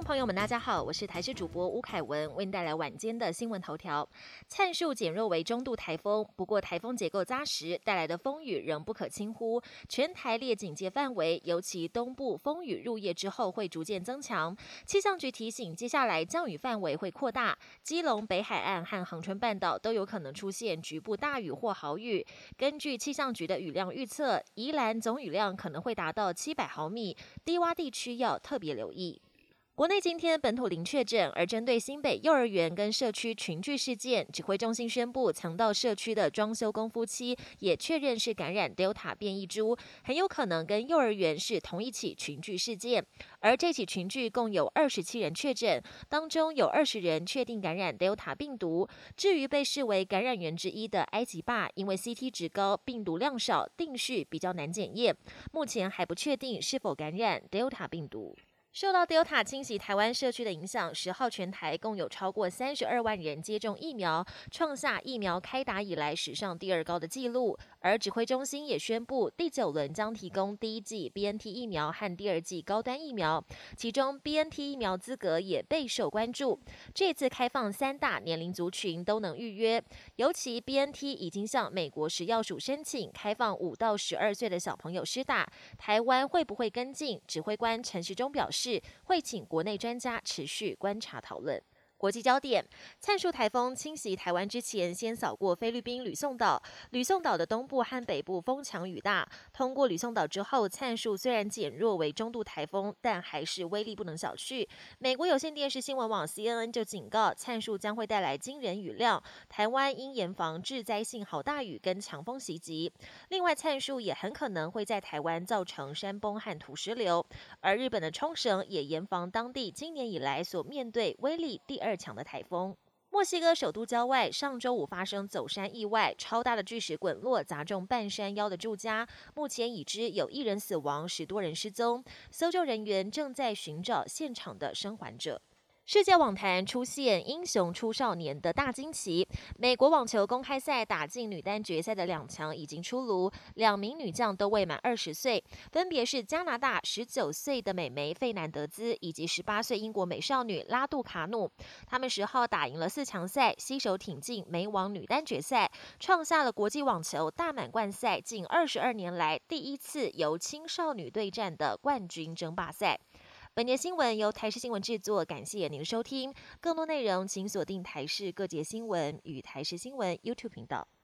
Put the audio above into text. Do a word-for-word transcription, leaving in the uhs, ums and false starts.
众朋友们，大家好，我是台视主播吴凯文，为您带来晚间的新闻头条。灿数减弱为中度台风，不过台风结构扎实，带来的风雨仍不可轻忽。全台列警戒范围，尤其东部风雨入夜之后会逐渐增强。气象局提醒，接下来降雨范围会扩大，基隆北海岸和恒春半岛都有可能出现局部大雨或豪雨。根据气象局的雨量预测，宜兰总雨量可能会达到七百毫米，低洼地区要特别留意。国内今天本土零确诊，而针对新北幼儿园跟社区群聚事件，指挥中心宣布，曾到社区的装修工夫妻也确认是感染 Delta 变异株，很有可能跟幼儿园是同一起群聚事件。而这起群聚共有二十七人确诊，当中有二十人确定感染 Delta 病毒。至于被视为感染源之一的埃及坝，因为 C T 值高，病毒量少，定序比较难检验，目前还不确定是否感染 Delta 病毒。受到 Delta 侵袭台湾社区的影响，十号全台共有超过三十二万人接种疫苗，创下疫苗开打以来史上第二高的纪录。而指挥中心也宣布，第九轮将提供第一剂 B N T 疫苗和第二剂高端疫苗，其中 B N T 疫苗资格也备受关注。这次开放三大年龄族群都能预约，尤其 B N T 已经向美国食药署申请开放五到十二岁的小朋友施打，台湾会不会跟进？指挥官陈时中表示，会请国内专家持续观察讨论。国际焦点，灿数台风侵袭台湾之前，先扫过菲律宾吕宋岛。吕宋岛的东部和北部风强雨大，通过吕宋岛之后，灿数虽然减弱为中度台风，但还是威力不能小觑。美国有线电视新闻网 C N N 就警告，灿数将会带来惊人雨量，台湾应严防致灾性豪大雨跟强风袭击。另外，灿数也很可能会在台湾造成山崩和土石流，而日本的冲绳也严防当地今年以来所面对威力第二强的台风。墨西哥首都郊外上周五发生走山意外，超大的巨石滚落砸中半山腰的住家，目前已知有一人死亡，十多人失踪，搜救人员正在寻找现场的生还者。世界网坛出现英雄出少年的大惊奇，美国网球公开赛打进女单决赛的两强已经出炉，两名女将都未满二十岁，分别是加拿大十九岁的美眉费南德兹以及十八岁英国美少女拉杜卡努。他们十号打赢了四强赛，携手挺进美网女单决赛，创下了国际网球大满贯赛近二十二年来第一次由青少女对战的冠军争霸赛。本节新闻由台视新闻制作，感谢您的收听。更多内容请锁定台视各节新闻与台视新闻 YouTube 频道。